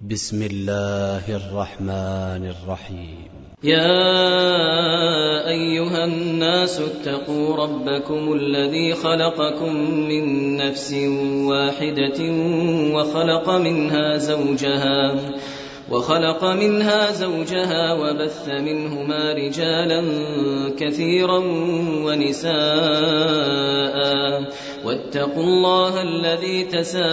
بسم الله الرحمن الرحيم. يا أيها الناس اتقوا ربكم الذي خلقكم من نفس واحدة وخلق منها زوجها وبث منهما رجالا كثيرا ونساء، واتقوا الله الذي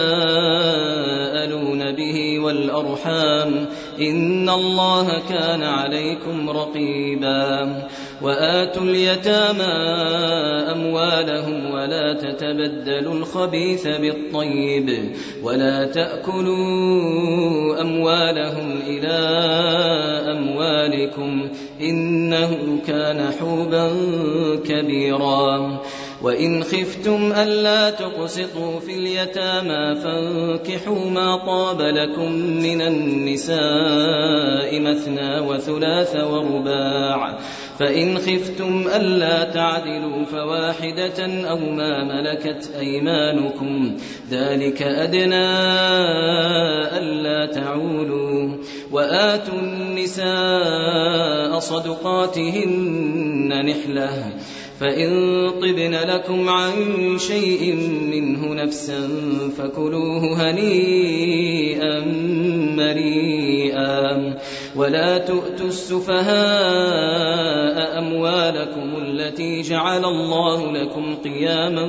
تساءلون به والأرحام، إن الله كان عليكم رقيبا. وآتوا اليتامى أموالهم ولا تتبدلوا الخبيث بالطيب ولا تأكلوا أموالهم إلى أموالكم، إنه كان حوبا كبيرا. وإن خفتم ألا تقسطوا في اليتامى فانكحوا ما طاب لكم من النساء مثنى وثلاث ورباع، فإن خفتم ألا تعدلوا فواحدة أو ما ملكت أيمانكم، ذلك أدنى ألا تعولوا. وآتوا النساء صدقاتهن نحلة، فإن طبن لكم عن شيء منه نفسا فكلوه هنيئا مريئا. ولا تؤتوا السفهاء أموالكم التي جعل الله لكم قياما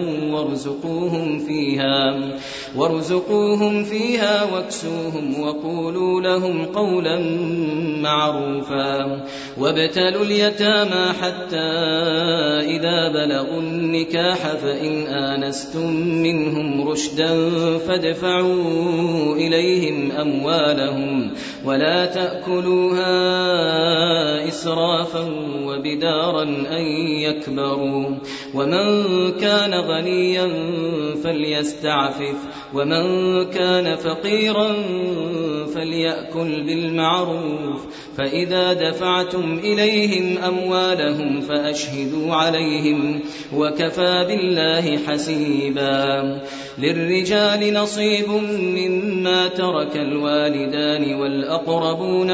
وارزقوهم فيها واكسوهم وقولوا لهم قولا معروفا. وابتلوا اليتامى حتى إذا بلغوا النكاح، فإن آنستم منهم رشدا فادفعوا إليهم أموالهم ولا تأكلوها إسرافا وبدارا أن يكبروا. ومن كان غنيا فليستعفف، ومن كان فقيرا فليأكل بالمعروف. فإذا دفعتم إليهم أموالهم فأشهدوا عليهم، وكفى بالله حسيبا. للرجال نصيب مما ترك الوالدان والأقربون،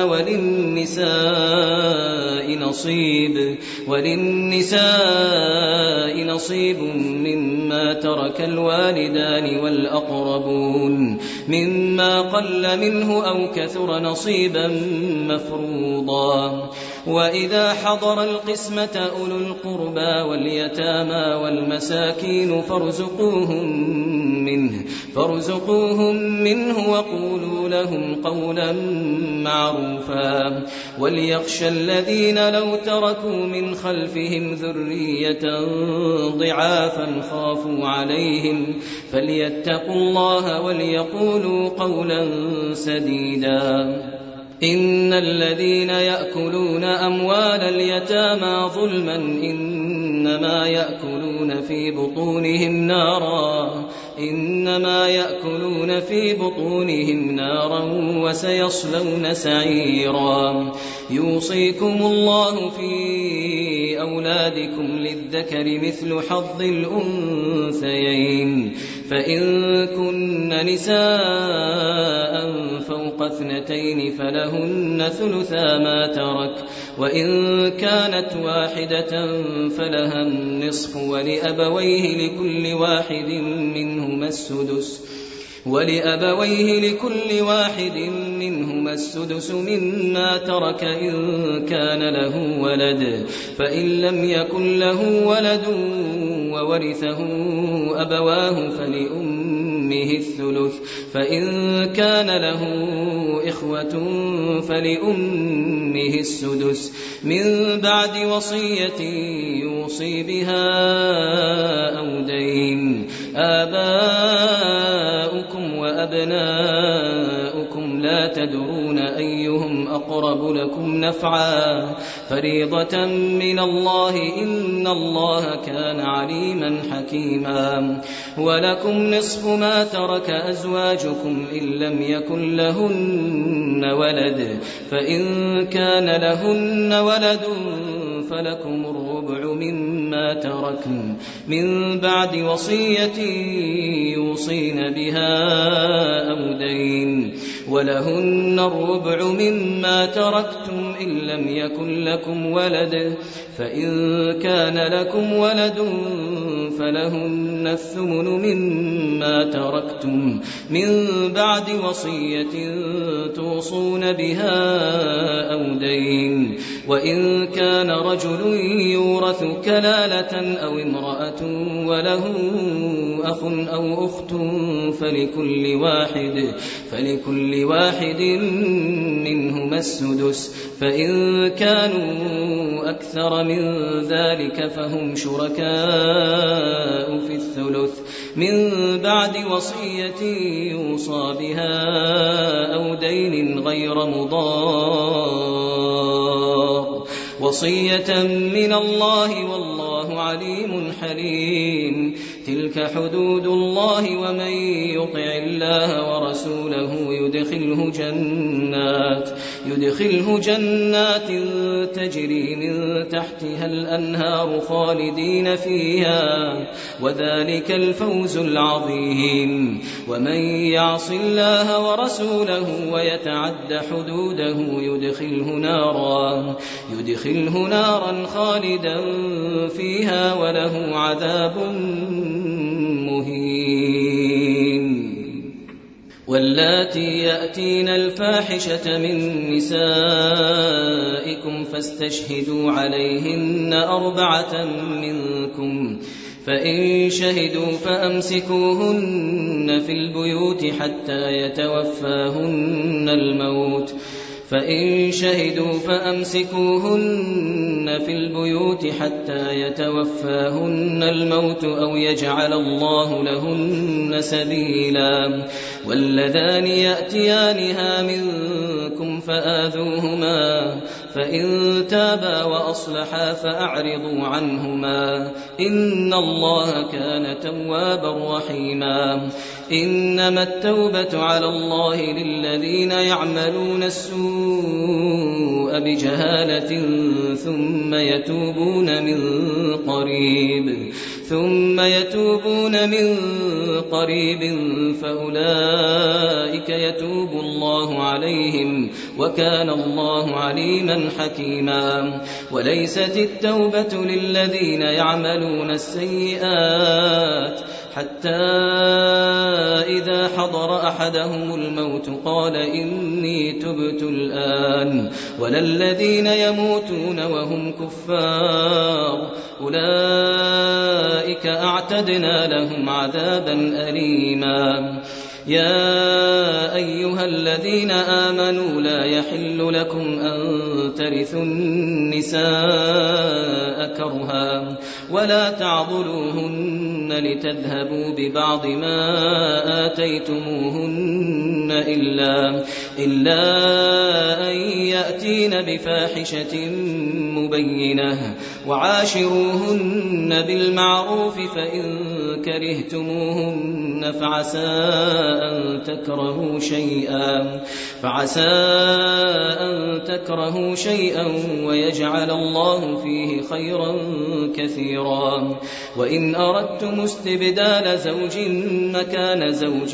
وللنساء نصيب مما ترك الوالدان والأقربون، مما قل منه أو كثر نصيبا مفروضا. وإذا حضر القسمة أولو القربى واليتامى والمساكين فارزقوهم منه وقولوا لهم قولا معروفا. وليخشى الذين لو تركوا من خلفهم ذرية ضعافا خافوا عليهم فليتقوا الله وليقولوا قولا سديدا. إن الذين يأكلون أموال اليتامى ظلما إنما يأكلون في بطونهم نارا وسيصلون سعيرا. يوصيكم الله في أولادكم للذكر مثل حظ الأنثيين، فإن كن نساء فوق 2 فلهن ثلثا ما ترك، وإن كانت واحدة فلها النصف، ولأبويه لكل واحد منهما السدس مما ترك إن كان له ولد، فإن لم يكن له ولد وورثه أبواه فلأمه الثلث، فإن كان له إخوة فلأمه السدس، من بعد وصية يوصي بها أو دين. آباؤكم وأبناؤكم لا تدرون أيهم أقرب لكم نفعا، فريضة من الله، إن الله كان عليما حكيما. ولكم نصف ما ترك أزواجكم إن لم يكن لهن ولد، فإن كان لهن ولد فلكم الربع مما تركن من بعد وصية يوصين بها أو دين. ولهن الربع مما تركتم إن لم يكن لكم ولد فإن كان لكم ولد فلهن الثمن مما تركتم من بعد وصية توصون بها أو دين وإن كان رجل يورث كلالة أو امرأة وله أخ أو أخت فلكل واحد منهما السدس فإن كانوا أكثر من ذلك فهم شركاء في الثلث من بعد وصية يوصى بها أو دين غير مضار وصية من الله والله عليم حليم تلك حدود الله ومن يطع الله ورسوله يدخله جنات تجري من تحتها الأنهار خالدين فيها وذلك الفوز العظيم ومن يعص الله ورسوله ويتعد حدوده يدخله نارا خالدا فيها وله عذاب مهين واللاتي يأتين الفاحشة من نسائكم فاستشهدوا عليهن 4 منكم فإن شهدوا فأمسكوهن في البيوت حتى يتوفاهن الموت أو يجعل الله لهن سبيلا واللذان يأتيانها منكم فآذوهما فإن تابا وأصلحا فأعرضوا عنهما إن الله كان توابا رحيما إنما التوبة على الله للذين يعملون السوء بجهالة ثم يتوبون من قريب فأولئك يتوب الله عليهم وكان الله عليما حكيما وليست التوبة للذين يعملون السيئات حتى إذا حضر أحدهم الموت قال إني تبت الآن ولا الذين يموتون وهم كفار أولئك أعتدنا لهم عذابا أليما يا أيها الذين آمنوا لا يحل لكم أن ترثوا النساء كرها ولا تعضلوهن لتذهبوا ببعض ما آتيتموهن إلا أن يأتين بفاحشة مبينة وعاشروهن بالمعروف فإن كرهتموهن فعسى أن تكرهوا شيئا ويجعل الله فيه خيرا كثيرا وإن أردتم استبدال زوج مكان زوج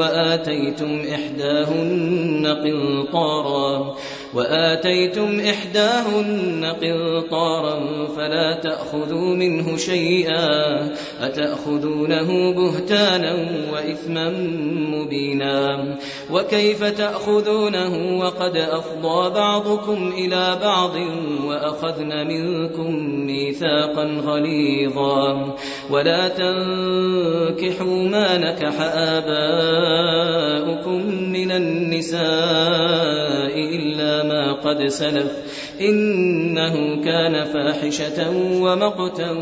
وآتيتم إحداهن قنطارا فلا تأخذوا منه شيئا أتأخذونه بهتانا وإثما مبينا وكيف تأخذونه وقد أفضى بعضكم إلى بعض وأخذن منكم ميثاقا غليظا ولا تنكحوا ما نكح آباؤكم من النساء إلا ما قد سلف إنه كان فاحشة ومقتا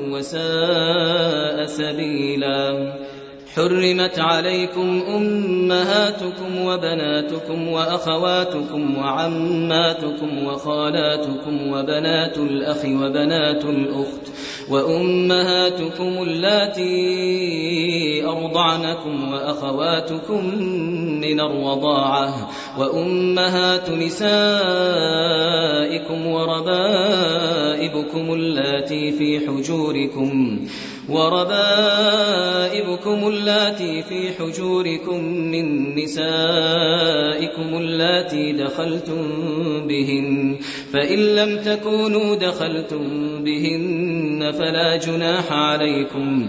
وساء سبيلا حرمت عليكم أمهاتكم وبناتكم وأخواتكم وعماتكم وخالاتكم وبنات الأخ وبنات الأخت وأمهاتكم اللاتي أرضعنكم وأخواتكم من الرضاعة وأمهات نسائكم وربائبكم اللاتي في حجوركم من نسائكم اللاتي دخلتم بهن، فإن لم تكونوا دخلتم بهن فلا جناح عليكم،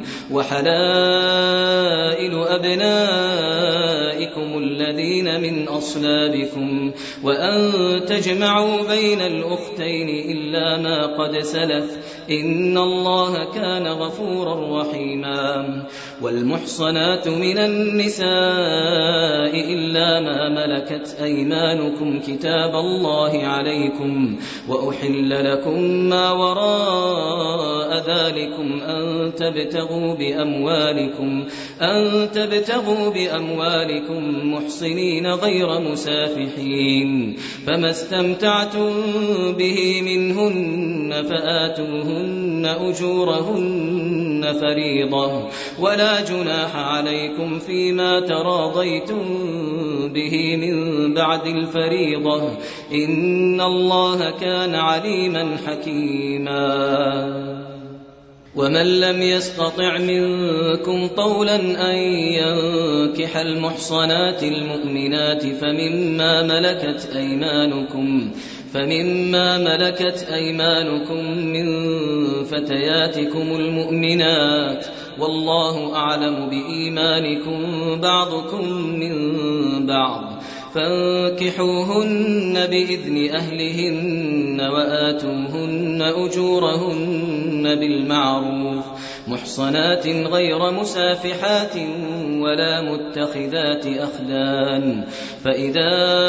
وحلائل أبنائكم الذين من أصلابكم، وأن تجمعوا بين الأختين إلا ما قد سلف، إن الله كان غفورا رحيما. والمحصنات من النساء إلا ما ملكت أيمانكم كتاب الله عليكم، وأحل لكم ما وراء ذلكم أن تبتغوا بأموالكم محصنين غير مسافحين، فما استمتعتم به منهن فآتوهن أجورهن فريضة، ولا جناح عليكم فيما تراضيتم به من بعد الفريضة، إن الله كان عليما حكيما. ومن لم يستطع منكم طولا أن ينكح المحصنات المؤمنات فمما ملكت أيمانكم من فتياتكم المؤمنات، والله أعلم بإيمانكم بعضكم من بعض، فانكحوهن بإذن أهلهن وآتوهن أجورهن بالمعروف، محصنات غير مسافحات ولا متخذات أخدان، فإذا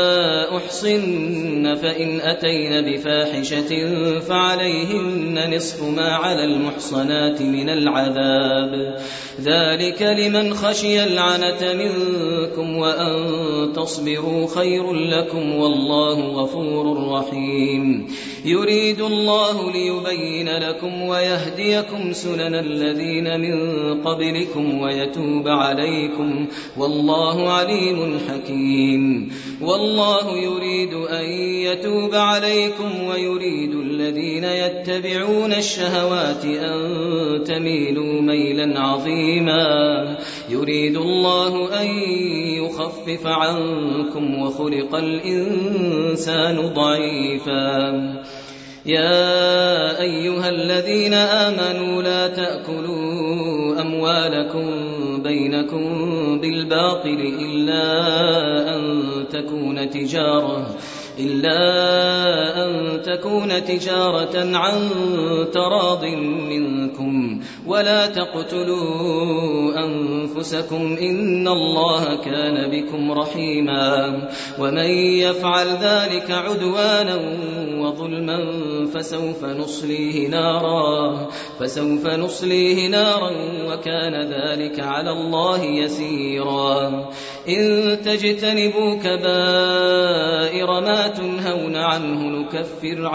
أحصن فإن أتين بفاحشة فعليهن نصف ما على المحصنات من العذاب، ذلك لمن خشي العنة منكم، وأن تصبروا خير لكم، والله غفور رحيم. يريد الله ليبين لكم ويهديكم سنن الذين من قبلكم ويتوب عليكم، والله عليم حكيم. والله يريد أن يتوب عليكم ويريد الذين يتبعون الشهوات أن تميلوا ميلا عظيما. يريد الله أن يخفف عنكم وخلق الإنسان ضعيفا. يا أيها الذين آمنوا لا تأكلوا أموالكم بينكم بالباطل إلا أن تكون تجارة عن تراض منكم، ولا تقتلوا أنفسكم، إن الله كان بكم رحيما. ومن يفعل ذلك عدوانا وظلما فسوف نصليه نارا وكان ذلك على الله يسيرا. إن تجتنبوا كبائر ما تنهون عنه نكفر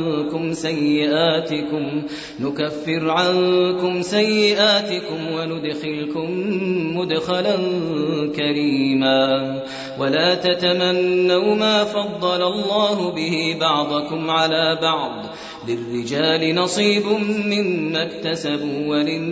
عنكم سيئاتكم وندخلكم مدخلا كريما. ولا تتمنوا ما فضل الله به بعضكم على بعض، للرجال نصيب مما اكتسبوا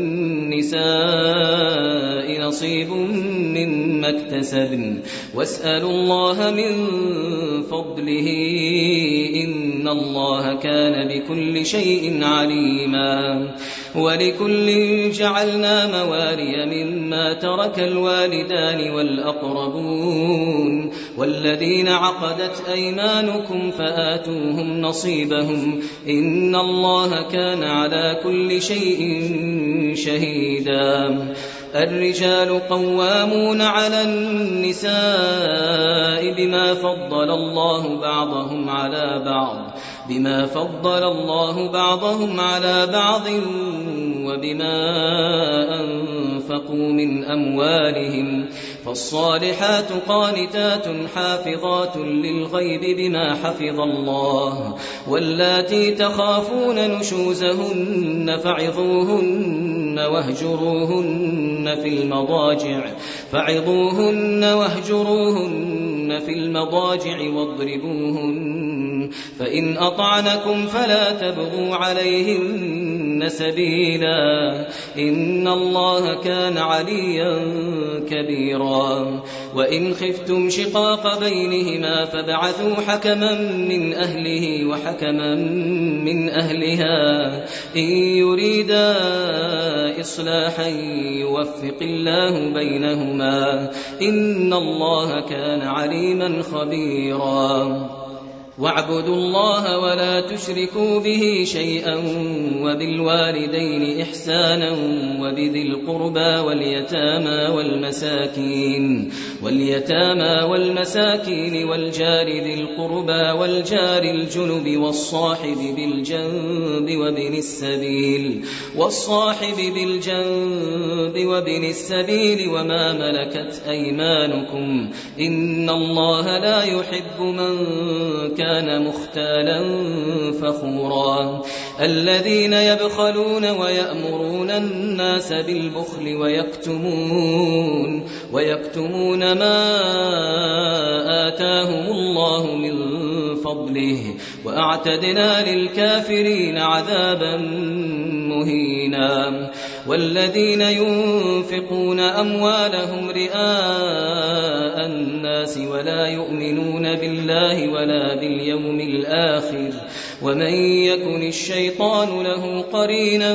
وللنساء نصيب مما اكتسبن، واسألوا الله من فضله إن الله كان بكل شيء عليما. ولكل جعلنا موالي مما ترك الوالدان والأقربون والذين عقدت أيمانكم فآتوهم نصيبهم، إن الله كان على كل شيء شهيدا. الرجال قوامون على النساء بما فضل الله بعضهم على بعض وبما أنفقوا من أموالهم، فالصالحات قانتات حافظات للغيب بما حفظ الله. واللاتي تخافون نشوزهن فعظوهن واهجروهن في المضاجع واضربوهن، فإن أطعنكم فلا تبغوا عليهن يهدين سبيلا إن الله كان عليا كبيرا وإن خفتم شقاق بينهما فابعثوا حكما من أهله وحكما من أهلها إن يريدا إصلاحا يوفق الله بينهما إن الله كان عليما خبيرا واعبدوا الله ولا تشركوا به شيئا وبالوالدين إحسانا وبذي القربى واليتامى والمساكين والجار ذي القربى والجار الجنب والصاحب بالجنب وابن السبيل وما ملكت أيمانكم إن الله لا يحب من كان مختالا فخورا الذين يبخلون ويأمرون الناس بالبخل ويكتمون ما آتاهم الله من فضله وأعتدنا للكافرين عذابا مهينا والذين ينفقون أموالهم رئاء الناس ولا يؤمنون بالله ولا باليوم الآخر ومن يكن الشيطان له قرينا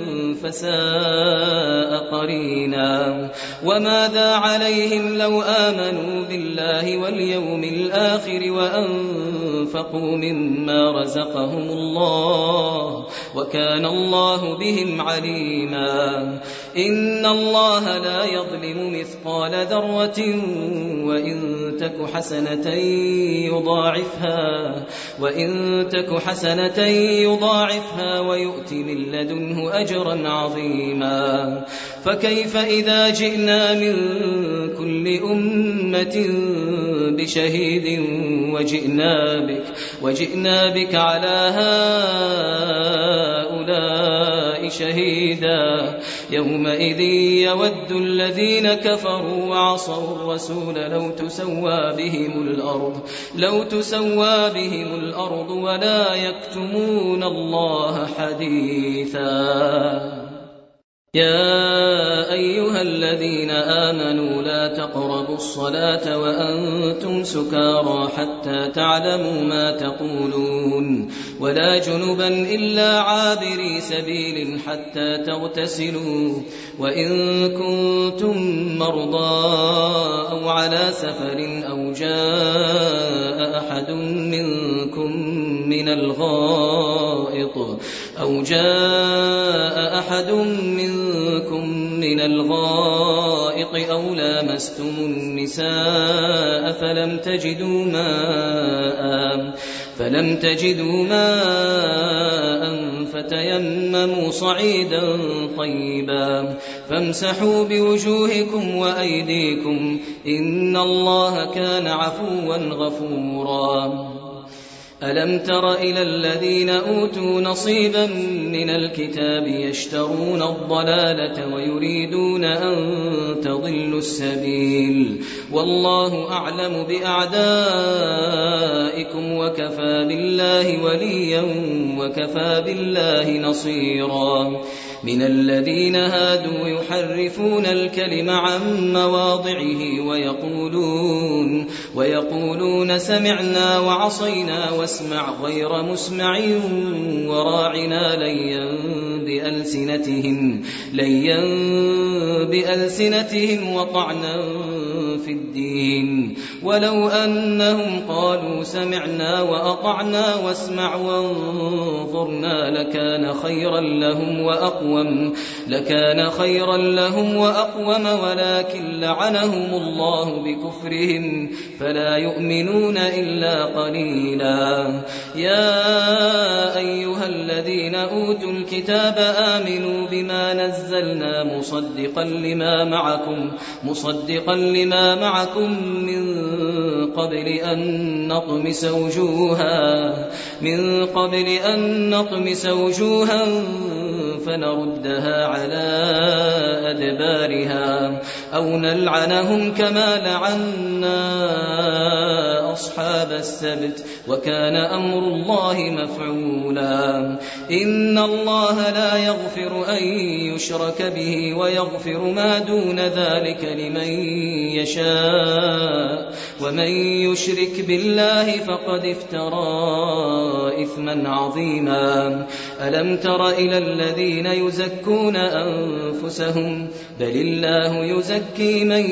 فساء قرينا وماذا عليهم لو آمنوا بالله واليوم الآخر وأنفقوا مما رزقهم الله وكان الله بهم عليما إن الله لا يظلم مثقال ذرة وإن تك حسنة يضاعفها ويؤت من لدنه أجرا عظيما فكيف إذا جئنا من كل أمة بشهيد وجئنا بك على هؤلاء شهيدا يومئذ يود الذين كفروا وعصوا الرسول لو تسوى بهم الأرض ولا يكتمون الله حديثا يا أيها الذين آمنوا لا تقربوا الصلاة وأنتم سكارى حتى تعلموا ما تقولون ولا جنبا إلا عابري سبيل حتى تغتسلوا وإن كنتم مرضى أو على سفر أو جاء أحد منكم من الغائط أو لامستم النساء فلم تجدوا ماء فتيمموا صعيدا طيبا فامسحوا بوجوهكم وأيديكم إن الله كان عفوا غفورا ألم تر إلى الذين أوتوا نصيبا من الكتاب يشترون الضلالة ويريدون أن تضلوا السبيل والله أعلم بأعدائكم وكفى بالله وليا وكفى بالله نصيرا من الذين هادوا يحرفون الكلم عن مواضعه ويقولون سمعنا وعصينا واسمع غير مسمع وراعنا ليا بألسنتهم وطعنا في الدين ولو أنهم قالوا سمعنا وأطعنا واسمع وانظرنا لكان خيرا لهم وأقوم ولكن لعنهم الله بكفرهم فلا يؤمنون إلا قليلا يا أيها الذين أوتوا الكتاب آمنوا بما نزلنا مصدقا لما معكم من قبل أن نطمس وجوها فنردها على أدبارها أو نلعنهم كما لعنا أصحاب السبت وكان أمر الله مفعولا إن الله لا يغفر أن يشرك به ويغفر ما دون ذلك لمن يشاء ومن يشرك بالله فقد افترى إثما عظيما ألم تر إلى الذين يزكون أنفسهم بل الله يزكي من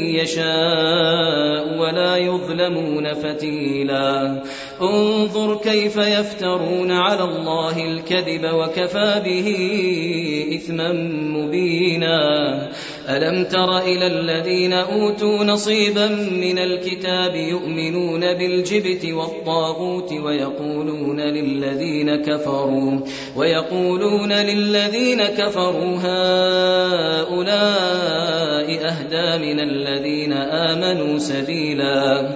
يشاء ولا يظلمون فتيلا انظر كيف يفترون على الله الكذب وكفى به إثما مبينا ألم تر إلى الذين أوتوا نصيبا من الكتاب يؤمنون بالجبت والطاغوت ويقولون للذين كفروا هؤلاء أهدى من الذين آمنوا سبيلا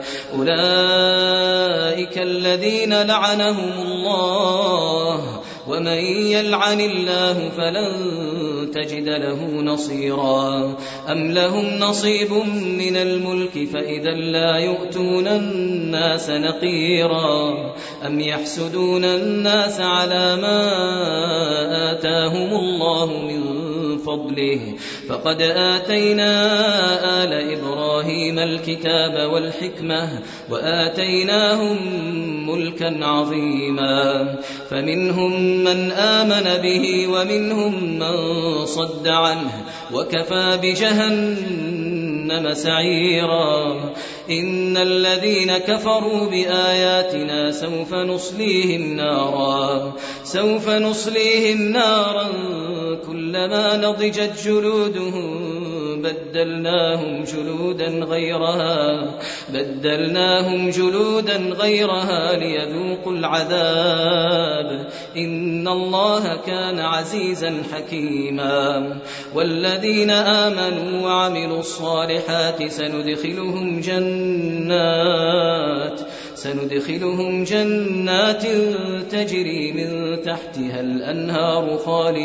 أولئك الذين لعنهم الله ومن يلعن الله فلن تجد له نصيرا أم لهم نصيب من الملك فإذا لا يؤتون الناس نقيرا أم يحسدون الناس على ما آتاهم الله من فضله فقد آتينا آل إبراهيم الكتاب والحكمة وآتيناهم ملكا عظيما فمنهم من آمن به ومنهم من صد عنه وكفى بجهنم سعيرا إن الذين كفروا بآياتنا سوف نصليهم نارا كلما نضجت جلودهم بدلناهم جلودا غيرها ليذوقوا العذاب إن الله كان عزيزا حكيما والذين آمنوا وعملوا الصالحات سندخلهم جنات تجري من تحتها الأنهار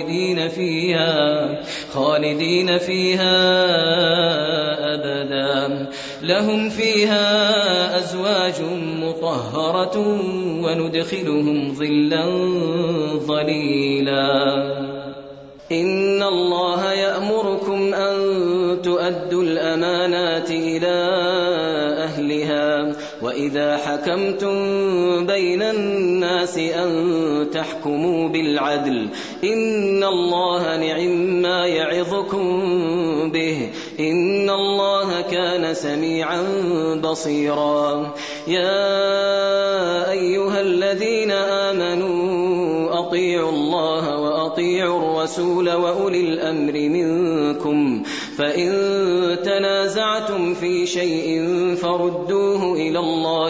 خالدين فيها أبدا لهم فيها أزواج مطهرة وندخلهم ظلا ظليلا إن الله يأمركم أن تؤدوا الأمانات إلى أهلها وإذا حكمتم بين الناس أن تحكموا بالعدل إن الله نعم يعظكم به إن الله كان سميعا بصيرا يا أيها الذين آمنوا أطيعوا الله وأطيعوا الرسول وأولي الأمر منكم فإن تنازعتم في شيء فردوه إلى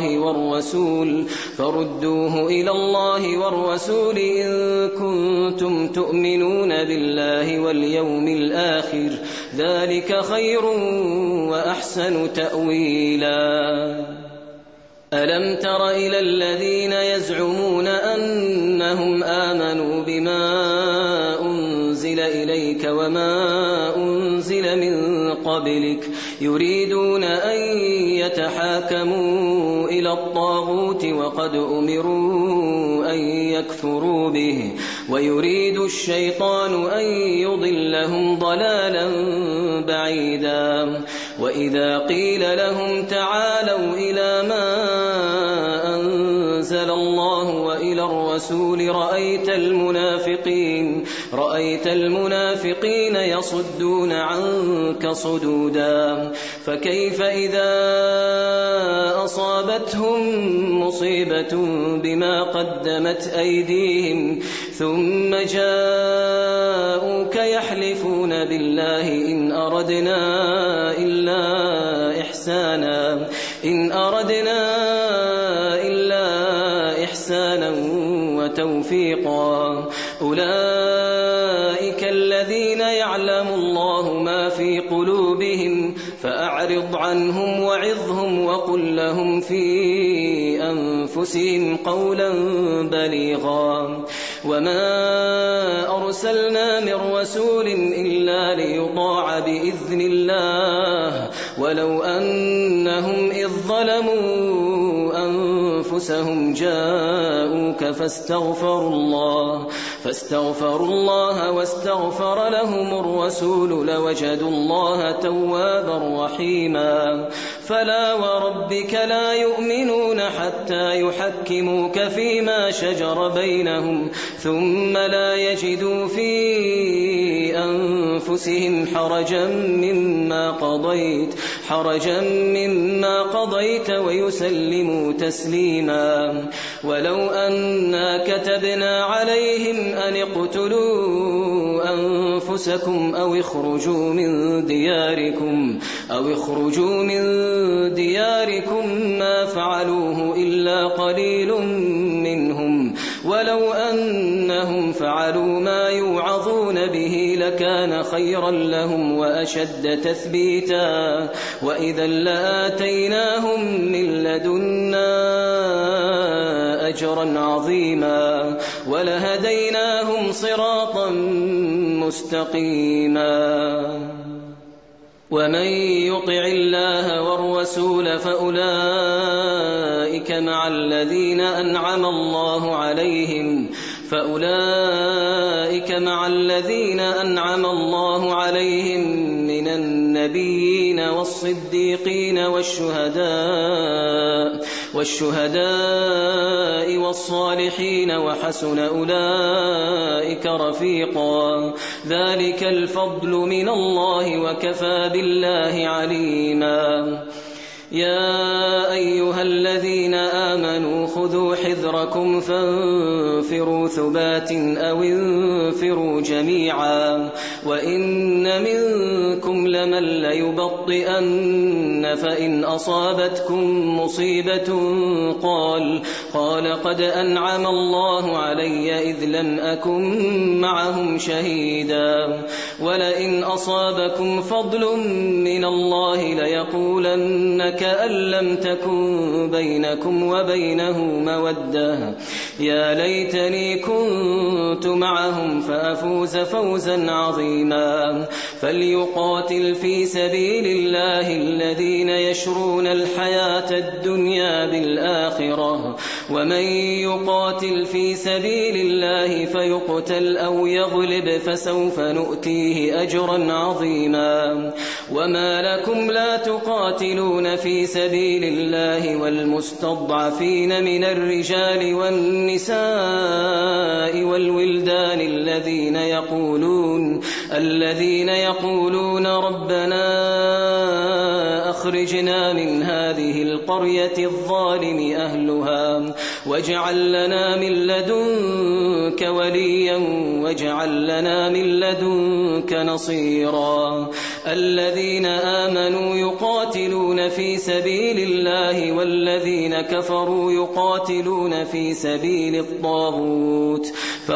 الله والرسول إن كنتم تؤمنون بالله واليوم الآخر ذلك خير وأحسن تأويلا ألم تر إلى الذين يزعمون أنهم آمنوا بما أنزل إليك وما أنزل من قبلك يريدون أن يتحاكموا إلى الطاغوت وقد أمروا أن يكفروا به ويريد الشيطان أن يضلهم ضلالا بعيدا وإذا قيل لهم تعالوا إلى ما أنزل الله وإلى الرسول رأيت المنافقين يصدون عنك صدودا فكيف إذا أصابتهم مصيبة بما قدمت أيديهم ثم جاءوك يحلفون بالله إن أردنا إلا إحسانا وتوفيقا أولئك الذين يعلم الله ما في قلوبهم فأعرض عنهم وعظهم وقل لهم في أنفسهم قولا بليغا وما أرسلنا من رسول إلا ليطاع بإذن الله ولو أنهم إذ ظلموا أنفسهم جاءوك فاستغفروا الله واستغفر لهم الرسول لوجدوا الله توابا رحيما. فلا وربك لا يؤمنون حتى يحكموك فيما شجر بينهم ثم لا يجدوا في أنفسهم حرجا مما قضيت ويسلموا تسليما. ولو أنا كتبنا عليهم أن اقتلوا أنفسكم أو اخرجوا من دياركم ما فعلوه إلا قليل منهم ولو أنهم فعلوا ما يوعظون به لكان خيرا لهم وأشد تثبيتا وإذا لآتيناهم من لدنا أجرا عظيما ولهديناهم صراطا مستقيما. ومن يطع الله والرسول فأولئك مع الذين أنعم الله عليهم من النبيين والصديقين والشهداء والصالحين وحسن أولئك رفيقا. ذلك الفضل من الله وكفى بالله عليما. يا أيها الذين آمنوا خذوا حذركم فانفروا ثبات أو انفروا جميعا وإن منكم لمن ليبطئن فإن أصابتكم مصيبة قال قد أنعم الله علي إذ لم أكن معهم شهيدا ولئن أصابكم فضل من الله ليقولن كأن لم تكن بينكم وبينه مودة يا ليتني كنت معهم فأفوز فوزا عظيما. فليقاتل في سبيل الله الذين يشرون الحياة الدنيا بالآخرة ومن يقاتل في سبيل الله فيقتل أو يغلب فسوف نؤتيه أجرا عظيما. وما لكم لا تقاتلون في سبيل الله والمستضعفين من الرجال والنساء والولدان الذين يقولون ربنا أخرجنا من هذه القرية الظالم أهلها واجعل لنا من لدنك وليا واجعل لنا من لدنك نصيرا. الذين آمنوا يقاتلون في سبيل الله والذين كفروا يقاتلون في سبيل الطاغوت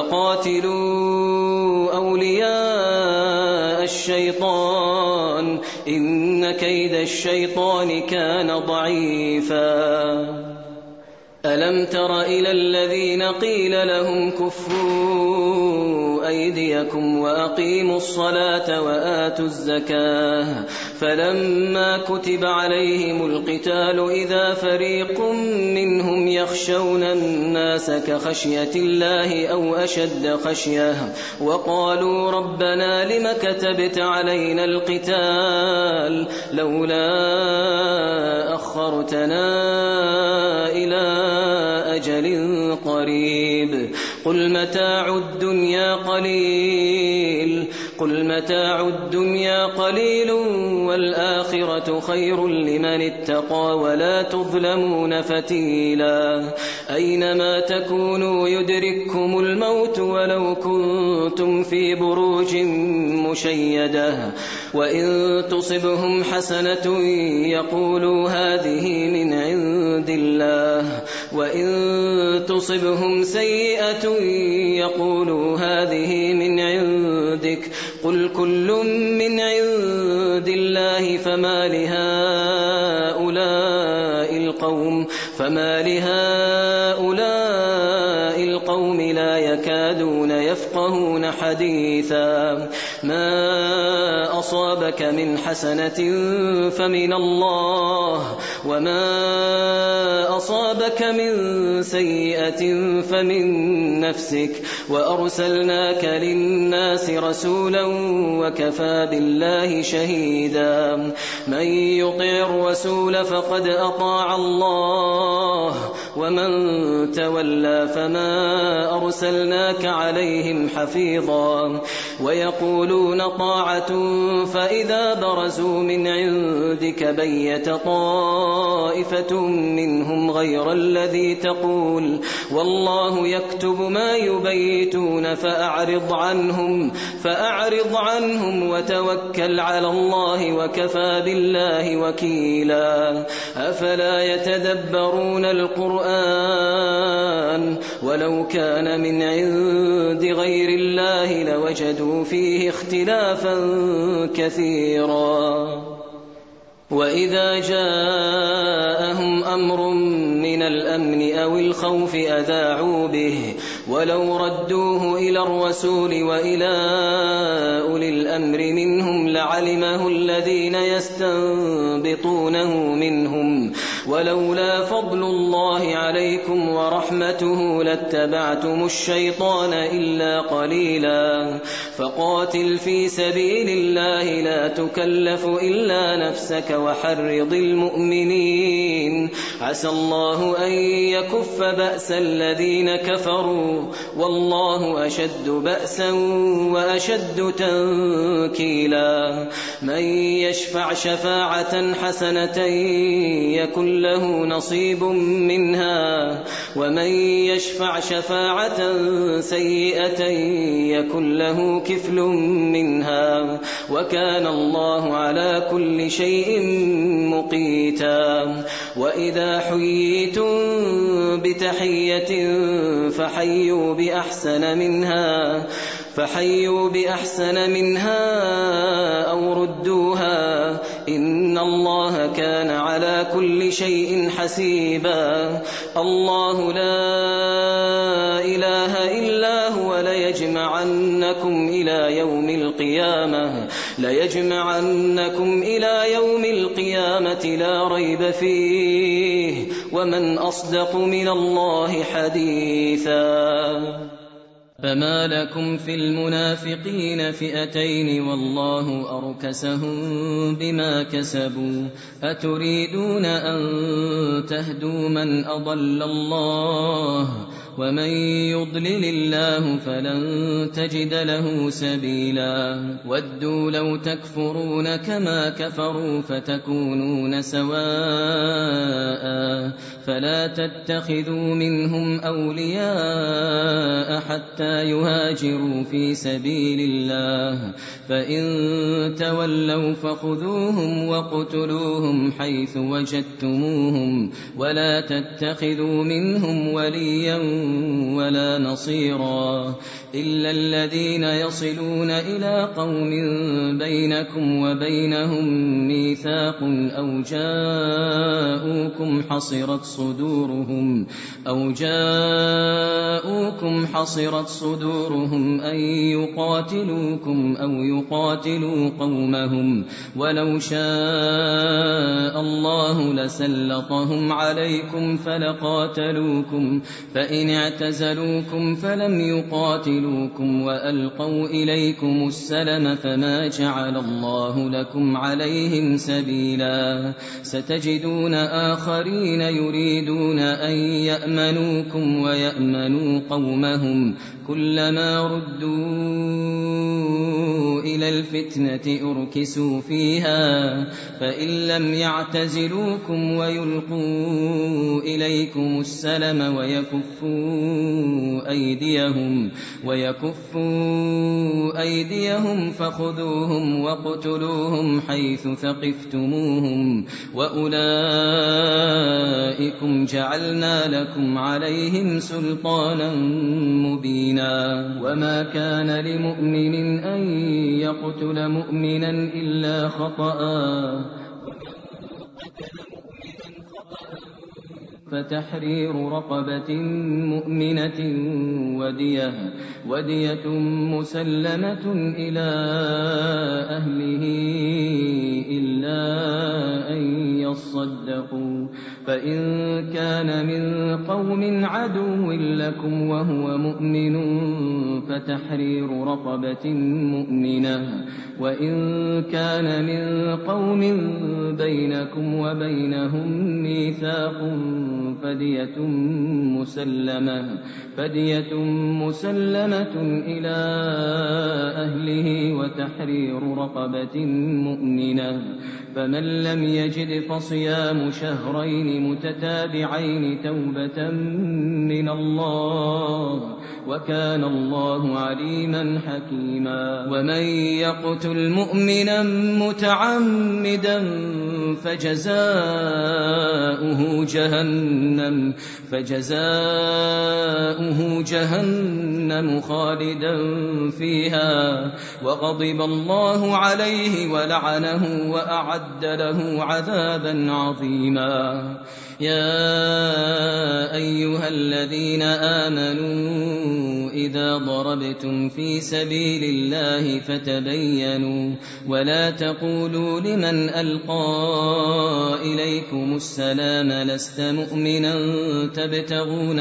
فقاتلوا أولياء الشيطان إن كيد الشيطان كان ضعيفا. ألم تر إلى الذين قيل لهم كفوا أيديكم وأقيموا الصلاة وآتوا الزكاة فلما كتب عليهم القتال إذا فريق منهم يخشون الناس كخشية الله أو أشد خشية وقالوا ربنا لم كتبت علينا القتال لولا أخرتنا إلى أجل قريب قل متاع الدنيا قليل والآخرة خير لمن اتقى ولا تظلمون فتيلا. أينما تكونوا يدرككم الموت ولو كنتم في بروج مشيدة وإن تصبهم حسنة يقولوا هذه من عند الله وإن تصبهم سيئة يقولوا هذه من عندك قل كل من عند الله فما فما لهؤلاء القوم لا يكادون يفقهون حديثا ما أصابك من حسنة فمن الله وما أصابك من سيئة فمن نفسك وأرسلناك للناس رسولا وكفى بالله شهيدا من يطع الرسول فقد أطاع الله ومن تولى فما أرسلناك عليهم حفيظا ويقولون طاعة فإذا برزوا من عندك بيت طائفة منهم غير الذي تقول والله يكتب ما يبيتون فأعرض عنهم وتوكل على الله وكفى بالله وكيلا أفلا يتدبرون القرآن ولو كان من عند غير الله لوجدوا فيه اختلافا كثيرا وإذا جاءهم أمر من الأمن أو الخوف أذاعوا به ولو ردوه إلى الرسول وإلى أولي الأمر منهم لعلمه الذين يستنبطونه منهم ولولا فضل الله عليكم ورحمته لاتبعتم الشيطان إلا قليلا فقاتل في سبيل الله لا تكلف إلا نفسك وحرض المؤمنين عسى الله أن يكف بأس الذين كفروا والله أشد بأسا وأشد تنكيلا من يشفع شفاعة حسنة يكن له نصيب منها ومن يشفع شفاعة سيئة يكن له كفل منها وكان الله على كل شيء مقيتا وإذا حييتم بتحية فحيوا بأحسن منها أو ردوها إن الله كان على كل شيء حسيبا الله لا إله إلا هو ليجمعنكم إلى يوم القيامة لا ريب فيه ومن أصدق من الله حديثا فما لكم في المنافقين فئتين والله أركسهم بما كسبوا أتريدون أن تهدوا من أضل الله ومن يضلل الله فلن تجد له سبيلا ودوا لو تكفرون كما كفروا فتكونون سواء فلا تتخذوا منهم أولياء حتى يهاجروا في سبيل الله فإن تولوا فخذوهم وقتلوهم حيث وجدتموهم ولا تتخذوا منهم وليا ولا نصيرا إلا الذين يصلون إلى قوم بينكم وبينهم ميثاق أو جاءوكم حصرت صدورهم أن يقاتلوكم أو يقاتلوا قومهم ولو شاء الله لسلطهم عليكم فلقاتلوكم فإن اعتزلوكم فلم يقاتلوكم وألقوا إليكم السلم فما جعل الله لكم عليهم سبيلا ستجدون آخرين يريدون أن يأمنوكم ويأمنوا قومهم كلما ردوا إلى الفتنة أركسوا فيها فإن لم يعتزلوكم ويلقوا إليكم السلم ويكفوا أيديهم فخذوهم وقتلوهم حيث ثقفتموهم وأولئكم جعلنا لكم عليهم سلطانا مبينا وما كان لمؤمن أن يقتل مؤمنا إلا خطأ فتحرير رقبة مؤمنة ودية مسلمة إلى أهله إلا أن يصدقوا، فإن كان من قوم عدو لكم وهو مؤمن فتحرير رقبة مؤمنة، وإن كان من قوم بينكم وبينهم ميثاق فدية مسلمة إلى أهله وتحرير رقبة مؤمنة، فمن لم يجد فصيام شهرين متتابعين توبة من الله، وكان الله عليما حكيما. ومن يقتل مؤمنا متعمدا فجزاؤه جهنم خالدا فيها وغضب الله عليه ولعنه وأعد له عذابا عظيما. يا أيها الذين آمنوا إذا ضربتم في سبيل الله فتبينوا ولا تقولوا لمن ألقى إليكم السلام لست مؤمنا تبتغون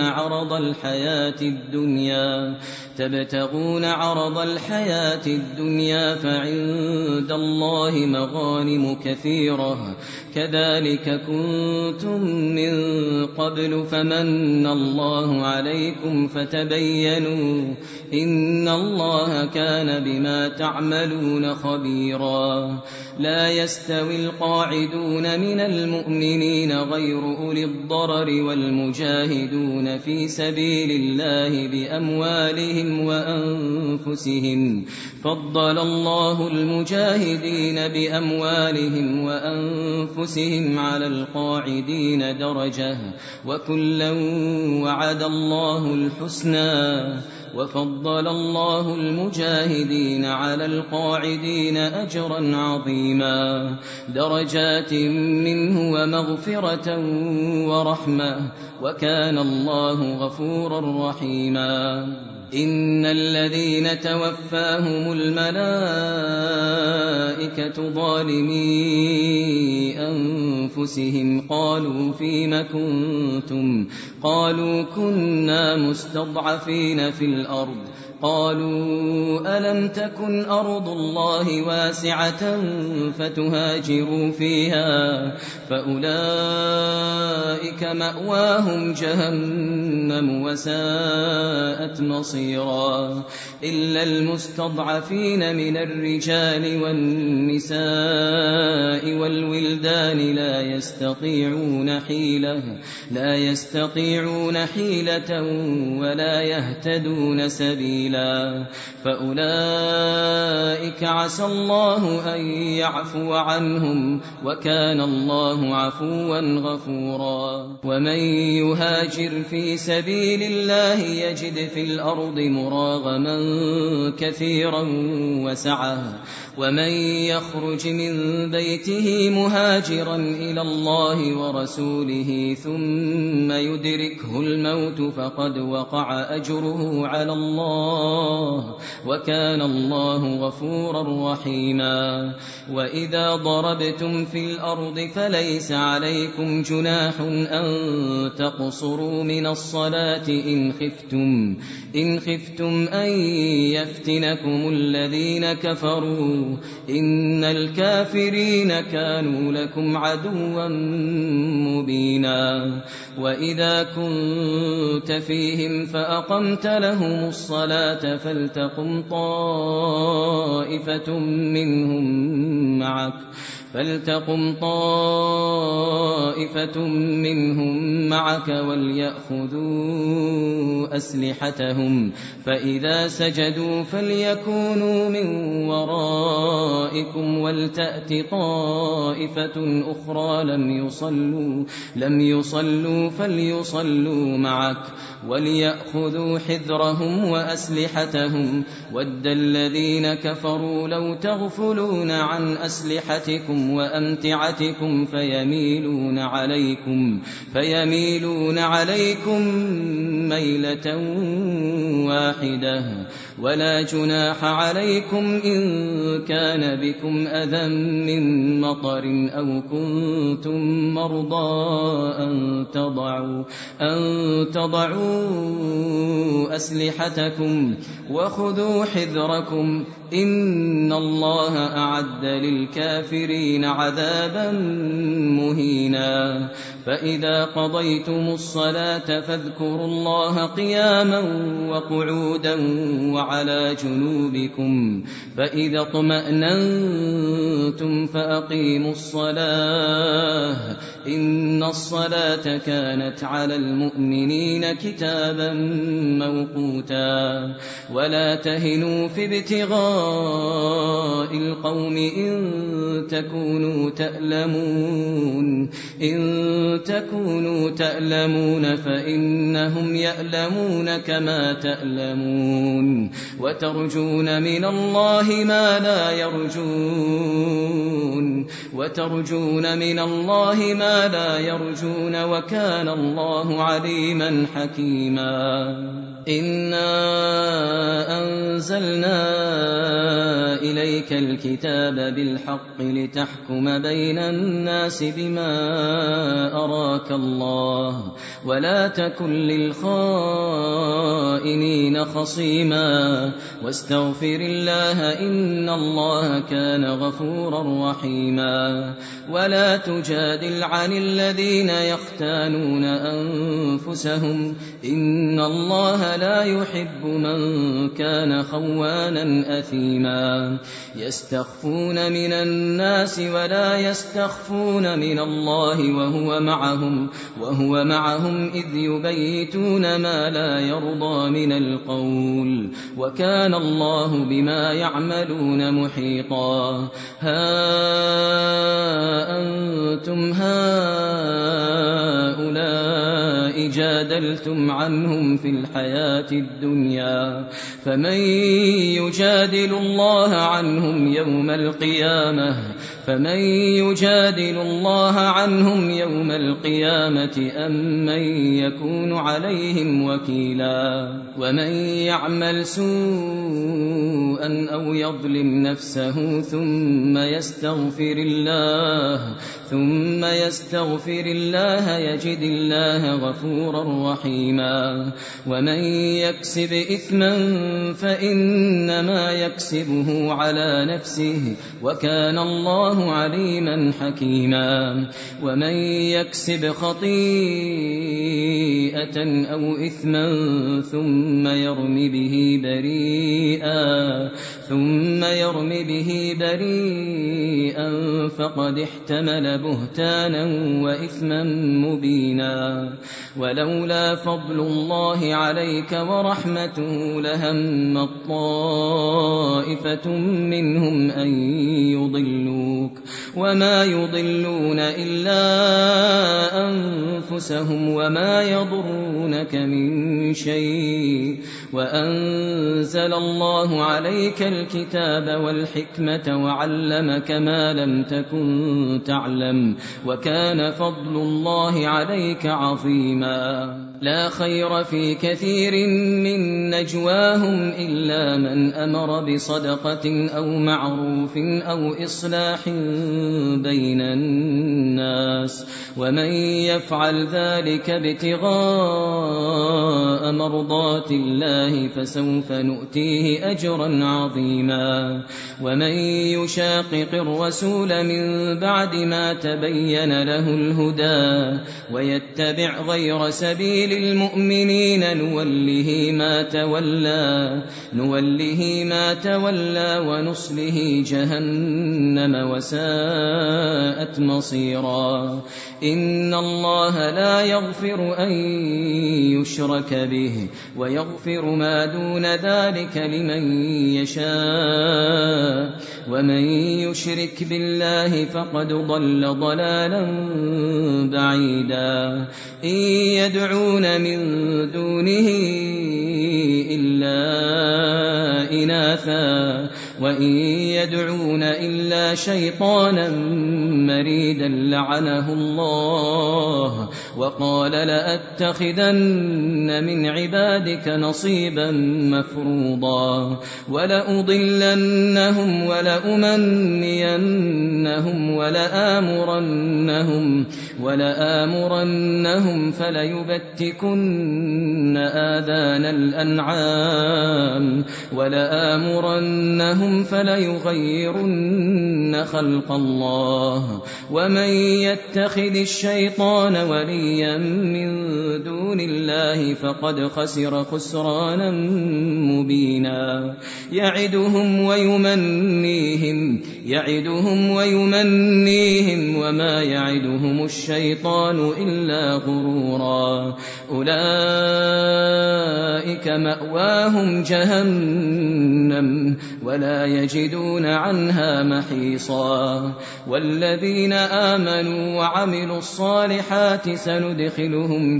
عرض الحياة الدنيا فعند الله مغانم كثيرة كذلك كنتم من قبل فمن الله عليكم فتبينوا إن الله كان بما تعملون خبيرا. لا يستوي القاعدون من المؤمنين غير أولي الضرر والمجاهدون في سبيل الله بأموالهم وأنفسهم، فضل الله المجاهدين بأموالهم وأنفسهم على القاعدين درجة، وكلا وعد الله الحسنى، وفضل الله المجاهدين على القاعدين أجرا عظيما، درجات منه ومغفرة ورحمة، وكان الله غفورا رحيما. إن الذين توفاهم الملائكة ظالمي أنفسهم قالوا فيم كنتم؟ قالوا كنا مستضعفين في الأرض. قالوا ألم تكن أرض الله واسعة فتهاجروا فيها فأولئك مأواهم جهنم وساءت مصيرا. إلا المستضعفين من الرجال والنساء والولدان لا يستطيعون حيلة ولا يهتدون سبيلا، فأولئك عسى الله أن يعفو عنهم، وكان الله عفوا غفورا. ومن يهاجر في سبيل الله يجد في الأرض مراغما كثيرا وسعة، ومن يخرج من بيته مهاجرا إلى الله ورسوله ثم يدركه الموت فقد وقع أجره على الله، وكان الله غفورا رحيما. وإذا ضربتم في الأرض فليس عليكم جناح أن تقصروا من الصلاة إن خفتم أن يفتنكم الذين كفروا إن الكافرين كانوا لكم عدوا مبينا. وإذا كنت فيهم فأقمت لهم الصلاة فلتقم طائفة منهم معك وليأخذوا أسلحتهم، فإذا سجدوا فليكونوا من ورائكم ولتأت طائفة أخرى لم يصلوا فليصلوا معك وليأخذوا حذرهم وأسلحتهم. ود الذين كفروا لو تغفلون عن أسلحتكم ألسنتكم وأمتعتكم فيميلون عليكم ميلة واحدة ولا جناح عليكم إن كان بكم أذى من مطر أو كنتم مرضى أن تضعوا أسلحتكم وخذوا حذركم إن الله أعد للكافرين عذابا مهينا فإذا قضيتم الصلاة فاذكروا الله قياما وقعودا وعلى جنوبكم فإذا اطمأننتم فأقيموا الصلاة إن الصلاة كانت على المؤمنين كتابا موقوتا ولا تهنوا في ابتغاء القوم إن تكونوا تألمون فإنهم يألمون كما تألمون وترجون من الله ما لا يرجون وكان الله عليما حكيما إنا أنزلنا إليك الكتاب بالحق لتحكم بين الناس بما أراك الله ولا تكن للخائنين خصيما واستغفر الله إن الله كان غفورا رحيما ولا تجادل عن الذين يختانون أنفسهم إن الله لا يحب من كان خوانا أثيما يستخفون من الناس ولا يستخفون من الله وهو معهم إذ يبيتون ما لا يرضى من القول وكان الله بما يعملون محيطا ها أنتم هؤلاء جادلتم عنهم في الحياة الدنيا فمن يجادل الله عنهم يوم القيامة أم من يكون عليهم وكيلا ومن يعمل سوءا أو يظلم نفسه ثم يستغفر الله يجد الله غفورا رحيما ومن يكسب إثما فإنما يكسبه على نفسه وكان الله عليما حكيما ومن يكسب خطيئة أو إثما ثم يرم به بريئا فقد احتمل بهتانا وإثما مبينا ولولا فضل الله عليك ورحمته لهم طائفة منهم أن يضلوك وما يضلون إلا أنفسهم وما يضرونك من شيء وأنزل الله عليك الكتاب والحكمة وعلمك ما لم تكن تعلم وكان فضل الله عليك عظيما لا خير في كثير من نجواهم إلا من أمر بصدقة أو معروف أو إصلاح بين الناس ومن يفعل ذلك ابتغاء مرضات الله فسوف نؤتيه أجرا عظيما ومن يشاقق الرسول من بعد ما تبين له الهدى ويتبع غير سبيل المؤمنين نوله ما تولى ونصله جهنم وساءت مصيرا إن الله لا يغفر أن يشرك به ويغفر ما دون ذلك لمن يشاء ومن يشرك بالله فقد ضل ضلالا بعيدا إن يدعون من دونه إلا إناثا وإن يدعون إلا شيطانا مريدا لعنه الله وقال لأتخذن من عبادك نصيبا مفروضا ولأضلنهم ولأمنينهم ولآمرنهم فليبتكن آذان الأنعام ولآمرنهم فليغيرن خلق الله ومن يتخذ الشيطان وليا من دون الله فقد خسر خسرانا مبينا يعدهم ويمنيهم وما يعدهم الشيطان إلا غرورا أولئك مأواهم جهنم ولا يجدون عنها محيصا والذين آمنوا وعملوا الصالحات سندخلهم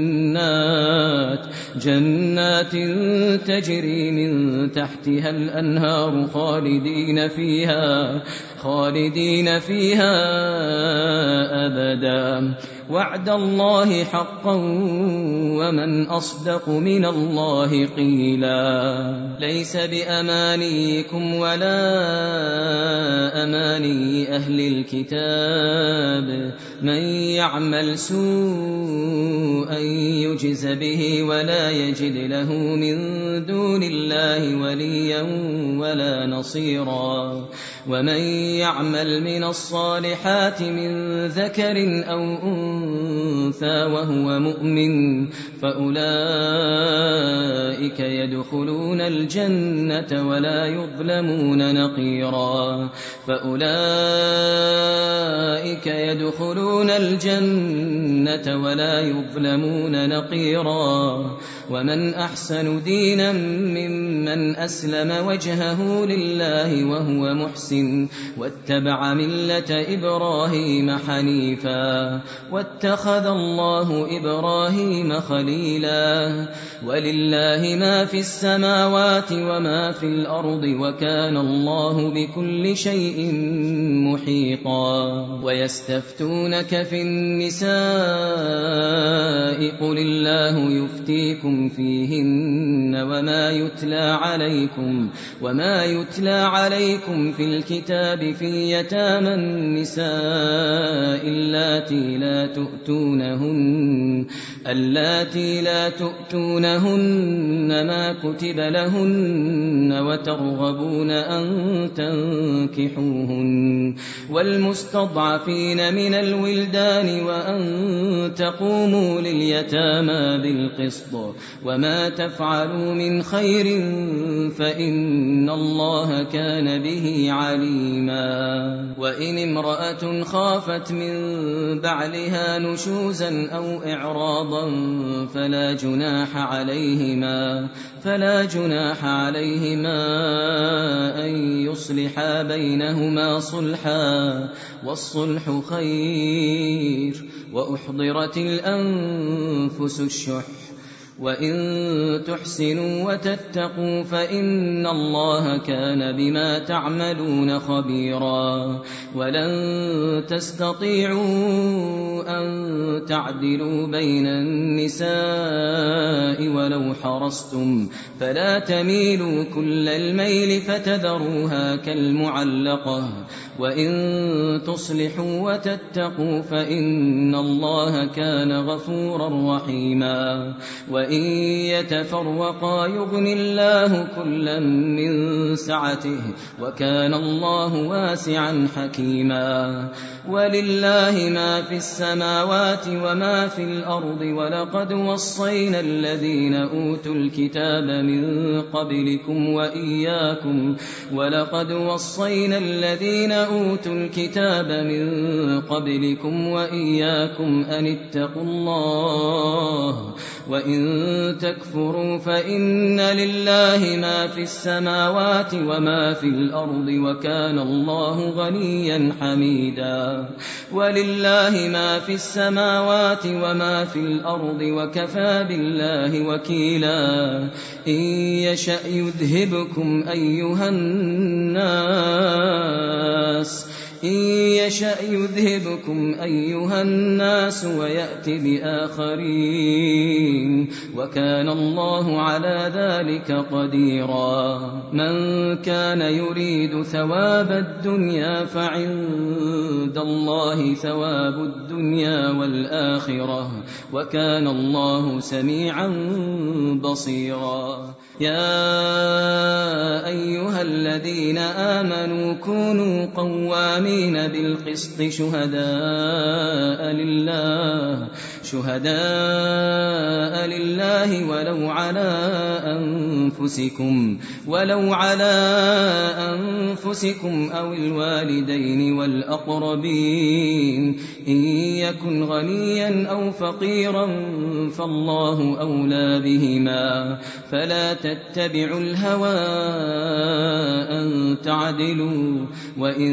جنات تجري من تحتها الأنهار خالدين فيها أبدا وعد الله حقا ومن أصدق من الله قيلا ليس بأمانيكم ولا أماني أهل الكتاب من يعمل سوءا يجز به ولا يجد له من دون الله وليا ولا نصيرا ومن يعمل من الصالحات من ذكر أو أنثى وهو مؤمن فأولئك يدخلون الجنة ولا يظلمون نقيرا ومن أحسن دينا ممن أسلم وجهه لله وهو محسن واتبع ملة إبراهيم حنيفا واتخذ الله إبراهيم خليلا ولله ما في السماوات وما في الأرض وكان الله بكل شيء محيطا ويستفتونك في النساء قل الله يفتيكم فيهن وما يتلى عليكم في الكتاب في يتامى النساء اللاتي لا تؤتونهن ما كتب لهن وترغبون أن تنكحوهن والمستضعفين من الولدان وأن تقوموا لليتامى بالقسط وما تفعلوا من خير فإن الله كان به عليما وإن امرأة خافت من بعلها نشوزا أو إعراضا فلا جناح عليهما أن يصلحا بينهما صلحا والصلح خير وأحضرت الأنفس الشح وإن تحسنوا وتتقوا فإن الله كان بما تعملون خبيرا ولن تستطيعوا أن تعدلوا بين النساء ولو حرصتم فلا تميلوا كل الميل فتذروها كالمعلقة وإن تصلحوا وتتقوا فإن الله كان غفورا رحيما وإن يتفرقا يغن الله كلا من سعته وكان الله واسعا حكيما ولله ما في السماوات وما في الأرض ولقد وصينا الذين أوتوا الكتاب من قبلكم وإياكم أن اتقوا الله وإن تكفروا فإن لله ما في السماوات وما في الأرض وكان الله غنيا حميدا ولله ما في السماوات وما في الأرض وكفى بالله وكيلا إن يشأ يذهبكم أيها الناس إن يشأ يذهبكم أيها الناس ويأت بآخرين وكان الله على ذلك قديرا من كان يريد ثواب الدنيا فعند الله ثواب الدنيا والآخرة وكان الله سميعا بصيرا يا أيها الذين آمنوا كونوا قوامين بالقسط شهداء لله ولو على أنفسكم أو الوالدين والأقربين إن يكن غنيا أو فقيرا فالله أولى بهما فلا تتبعوا الهوى أن تعدلوا وإن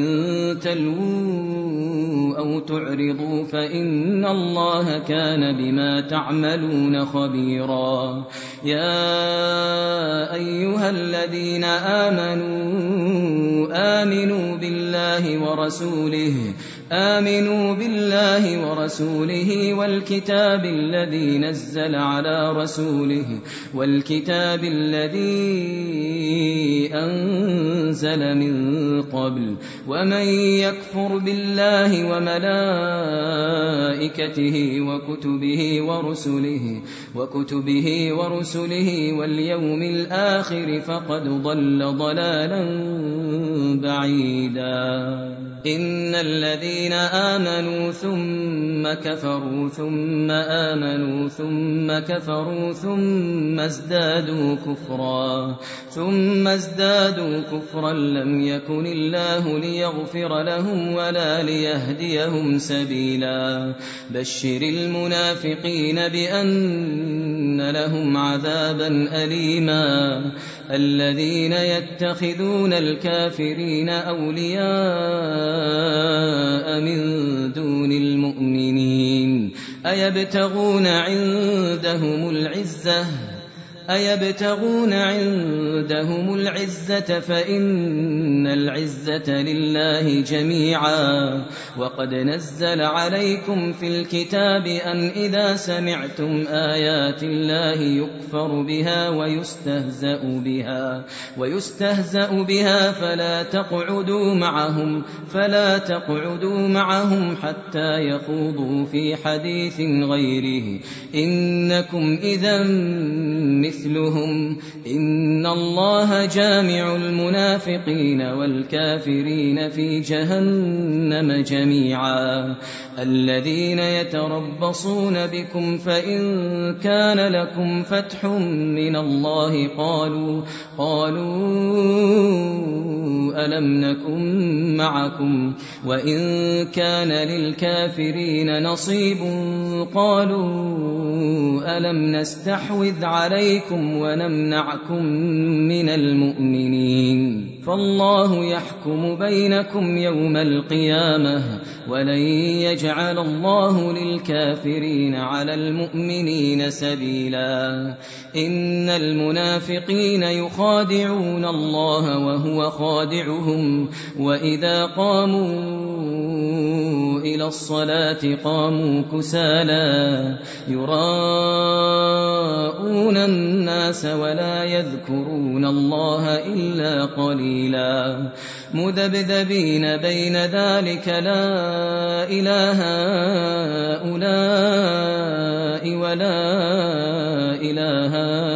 تلووا أو تعرضوا فإن الله كان بما تعملون خبيرا يا أيها الذين آمنوا بالله ورسوله والكتاب الذي نزل على رسوله والكتاب الذي أنزل من قبل ومن يكفر بالله وملائكته وكتبه ورسله واليوم الآخر فقد ضل ضلالا بعيدا إن الذين آمنوا ثم كفروا ثم آمنوا ثم كفروا ثم ازدادوا كفرا لم يكن الله ليغفر لهم ولا ليهديهم سبيلا بشر المنافقين بأن لهم عذابا أليما الذين يتخذون الكافرين أولياء من دون المؤمنين أيبتغون عندهم العزة فإن العزة لله جميعا وقد نزل عليكم في الكتاب أن إذا سمعتم آيات الله يكفر بها ويستهزأ بها فلا تقعدوا معهم حتى يخوضوا في حديث غيره إنكم إذا مثلهم إن الله جامع المنافقين والكافرين في جهنم جميعا الذين يتربصون بكم فإن كان لكم فتح من الله قالوا ألم نكن معكم وإن كان للكافرين نصيب قالوا ألم نستحوذ عليكم ونمنعكم من المؤمنين فالله يحكم بينكم يوم القيامة ولن يجعل الله للكافرين على المؤمنين سبيلا إن المنافقين يخادعون الله وهو خادعهم وإذا قاموا إلى الصلاة قاموا كسالى يراءون الناس ولا يذكرون الله إلا قليلا مذبذبين بين ذلك لا إله هؤلاء ولا إله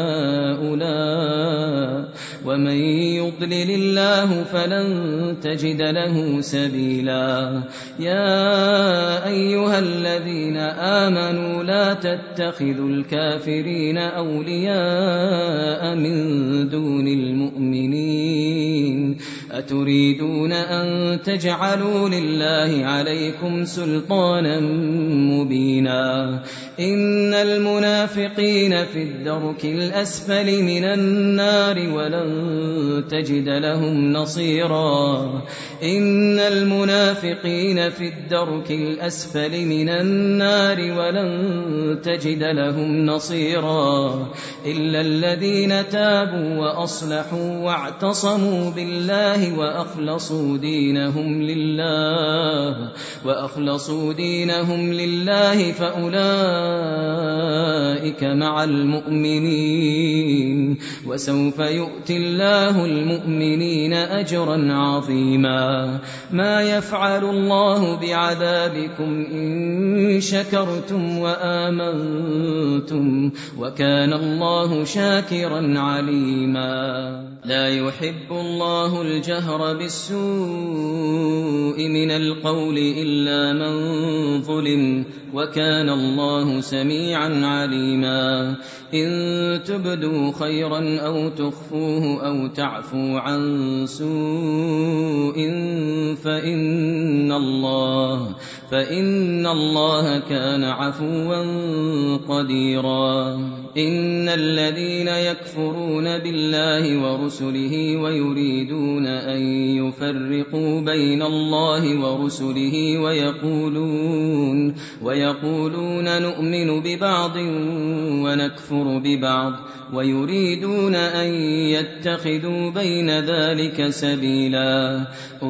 هؤلاء ومن يضلل الله فلن تجد له سبيلا يا أيها الذين آمنوا لا تتخذوا الكافرين أولياء من دون المؤمنين أتريدون أن تجعلوا لله عليكم سلطانا مبينا إن المنافقين في الدرك الأسفل من النار ولن تجد لهم نصيرا إن المنافقين في الدرك الأسفل من النار ولن تجد لهم نصيرا إلا الذين تابوا وأصلحوا واعتصموا بالله بالله وأخلصوا دينهم لله فأولئك مع المؤمنين وسوف يؤتي الله المؤمنين أجرا عظيما ما يفعل الله بعذابكم إن شكرتم وآمنتم وكان الله شاكرا عليما لا يحب الله الجهر بالسوء من القول إلا من ظلم وكان الله سميعا عليما إن تبدوا خيرا أو تخفوه أو تعفوا عن سوء فإن الله كان عفوا قديرا إن الذين يكفرون بالله ورسله ويريدون أن يفرقوا بين الله ورسله ويقولون نؤمن ببعض ونكفر ببعض ويريدون أن يتخذوا بين ذلك سبيلا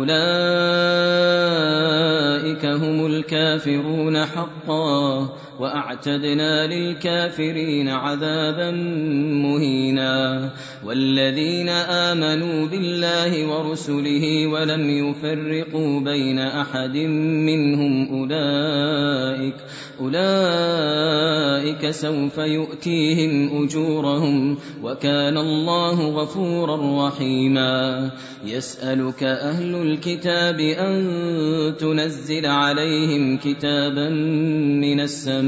أولئك هم الكافرون حقا وأعتدنا للكافرين عذابا مهينا والذين آمنوا بالله ورسله ولم يفرقوا بين أحد منهم أولئك سوف يؤتيهم أجورهم وكان الله غفورا رحيما يسألك أهل الكتاب أن تنزل عليهم كتابا من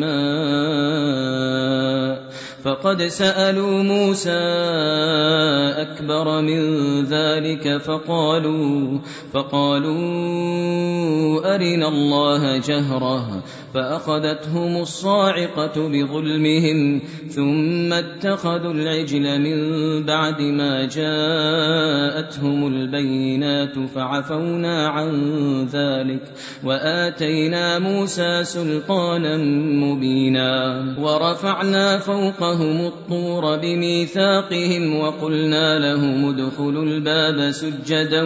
السماء فقد سألوا موسى أكبر من ذلك فقالوا أرنا الله جهرة فأخذتهم الصاعقة بظلمهم ثم اتخذوا العجل من بعد ما جاءتهم البينات فعفونا عن ذلك وآتينا موسى سلطانا مبينا ورفعنا فوقهم الطور بميثاقهم وقلنا لهم ادخلوا الباب سجدا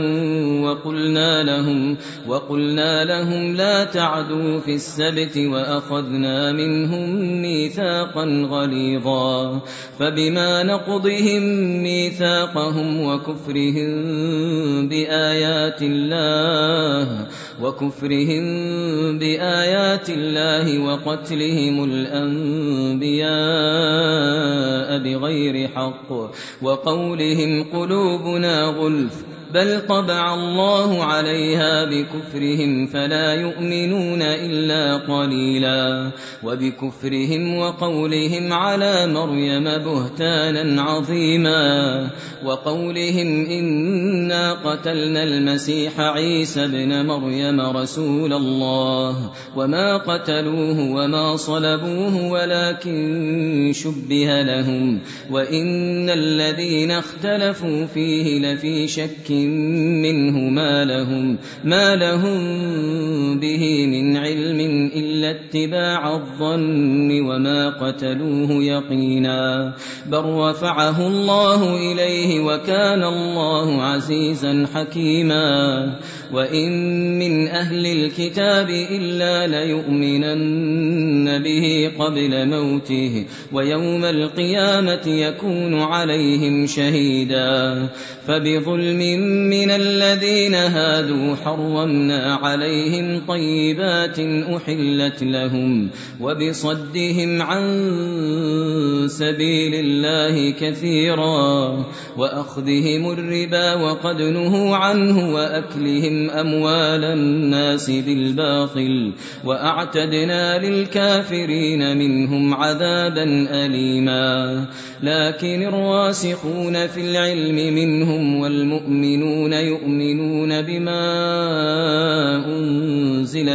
وقلنا لهم لا تعدوا في السبت وأخذنا منهم ميثاقا غليظا فبما نقضهم ميثاقهم وكفرهم بآيات الله وقتلهم الأنبياء بغير حق وقولهم قلوبنا غلف بل طبع الله عليها بكفرهم فلا يؤمنون إلا قليلا وبكفرهم وقولهم على مريم بهتانا عظيما وقولهم إنا قتلنا المسيح عيسى ابن مريم رسول الله وما قتلوه وما صلبوه ولكن شبه لهم وإن الذين اختلفوا فيه لفي شك منه ما لهم به من علم إلا اتباع الظن وما قتلوه يقينا بل رفعه الله إليه وكان الله عزيزا حكيما وإن من أهل الكتاب إلا ليؤمنن به قبل موته ويوم القيامة يكون عليهم شهيدا فبظلم من الذين هادوا حرمنا عليهم طيبات أحلت لهم وبصدهم عن سبيل الله كثيرا وأخذهم الربا وقد نهوا عنه وأكلهم أموال الناس بالباطل وأعتدنا للكافرين منهم عذابا أليما لكن الراسخون في العلم منهم والمؤمنون يؤمنون بما أنزل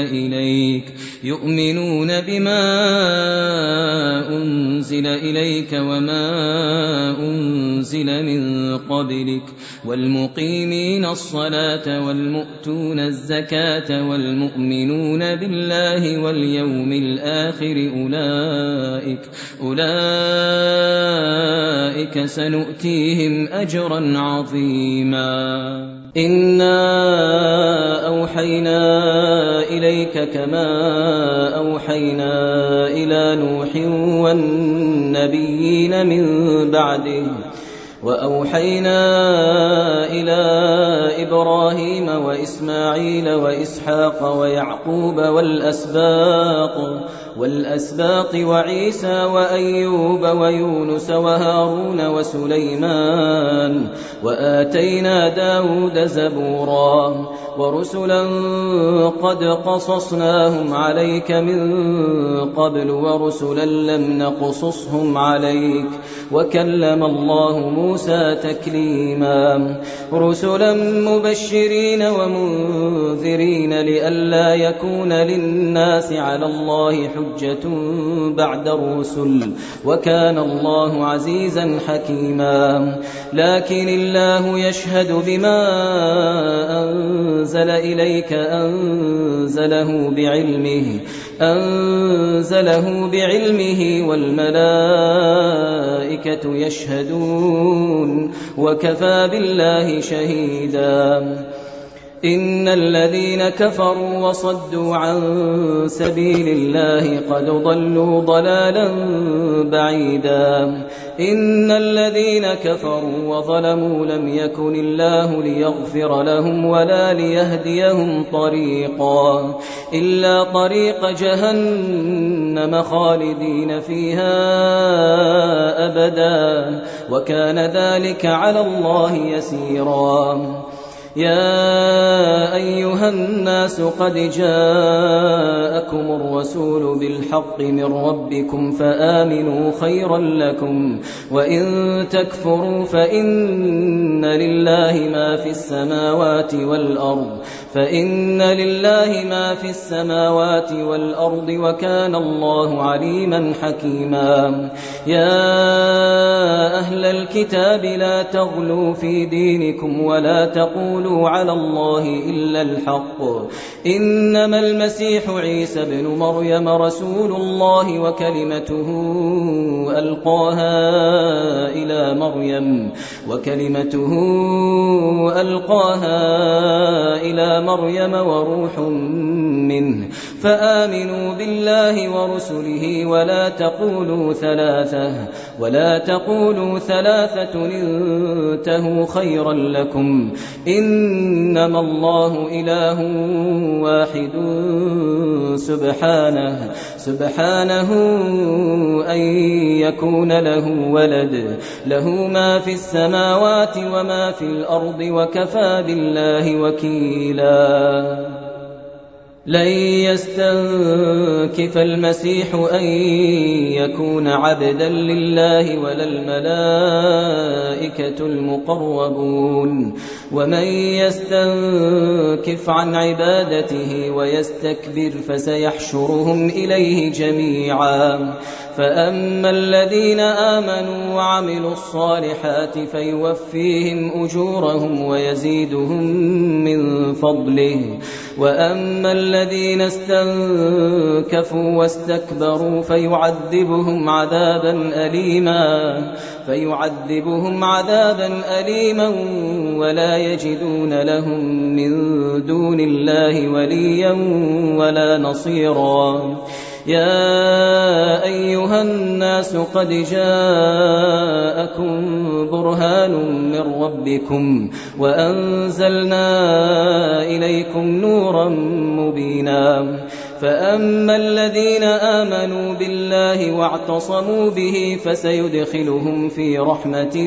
إليك وما أنزل من قبلك والمقيمين الصلاة والمؤتون الزكاة والمؤمنون بالله واليوم الآخر أولئك أولئك سنؤتيهم أجرا عظيما إنا أوحينا إليك كما أوحينا إلى نوح والنبيين من بعده وأوحينا إلى إبراهيم وإسماعيل وإسحاق ويعقوب والأسباط وعيسى وأيوب ويونس وهارون وسليمان وآتينا داود زبورا ورسلا قد قصصناهم عليك من قبل ورسلا لم نقصصهم عليك وكلم الله موسى تكليما رسلا مبشرين ومنذرين لئلا يكون للناس على الله حجة بعد الرسل وكان الله عزيزا حكيما لكن الله يشهد بما أنزل إليك أنزله بعلمه والملائكة يشهدون وكفى بالله شهيدا إن الذين كفروا وصدوا عن سبيل الله قد ضلوا ضلالا بعيدا إن الذين كفروا وظلموا لم يكن الله ليغفر لهم ولا ليهديهم طريقا إلا طريق جهنم خالدين فيها أبدا وكان ذلك على الله يسيرا يا أيها الناس قد جاءكم الرسول بالحق من ربكم فآمنوا خيرا لكم وإن تكفروا فإن لله ما في السماوات والأرض وكان الله عليما حكيما يا أهل الكتاب لا تغلوا في دينكم ولا تقولوا على الله إلا الحق إنما المسيح عيسى ابن مريم رسول الله وكلمته ألقاها إلى مريم وروح منه فآمنوا بالله ورسله ولا تقولوا ثلاثة انتهوا خيرا لكم إنما الله إله واحد سبحانه أن يكون له ولد له ما في السماوات وما في الأرض وكفى بالله وكيلا لن يستنكف المسيح أن يكون عبدا لله ولا الملائكة المقربون ومن يستنكف عن عبادته ويستكبر فسيحشرهم إليه جميعا فأما الذين آمنوا وعملوا الصالحات فيوفيهم أجورهم ويزيدهم من فضله وأما الذين استنكفوا واستكبروا فيعذبهم عذابا أليما ولا يجدون لهم من دون الله وليا ولا نصيرا يا أيها الناس قد جاءكم برهان من ربكم وأنزلنا إليكم نورا مبينا فأما الذين آمنوا بالله واعتصموا به فسيدخلهم في رحمة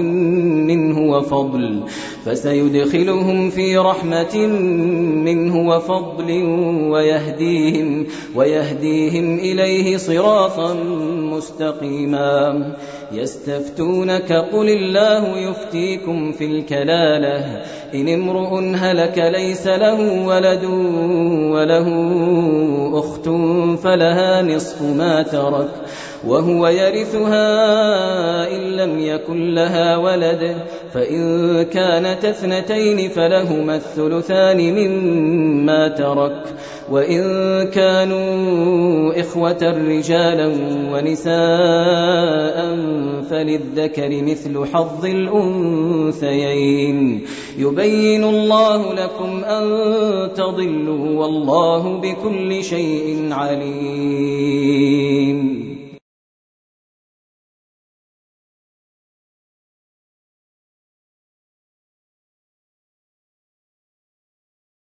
منه وفضل ويهديهم إليه صراطا مستقيما يستفتونك قل الله يفتيكم في الكلالة إن امرؤ هلك ليس له ولد وله أخت فلها نصف ما ترك وهو يرثها إن لم يكن لها ولد، فإن كانت اثنتين فلهما الثلثان مما ترك، وإن كانوا إخوة رجالا ونساء فللذكر مثل حظ الأنثيين. يبين الله لكم أن تضلوا والله بكل شيء عليم.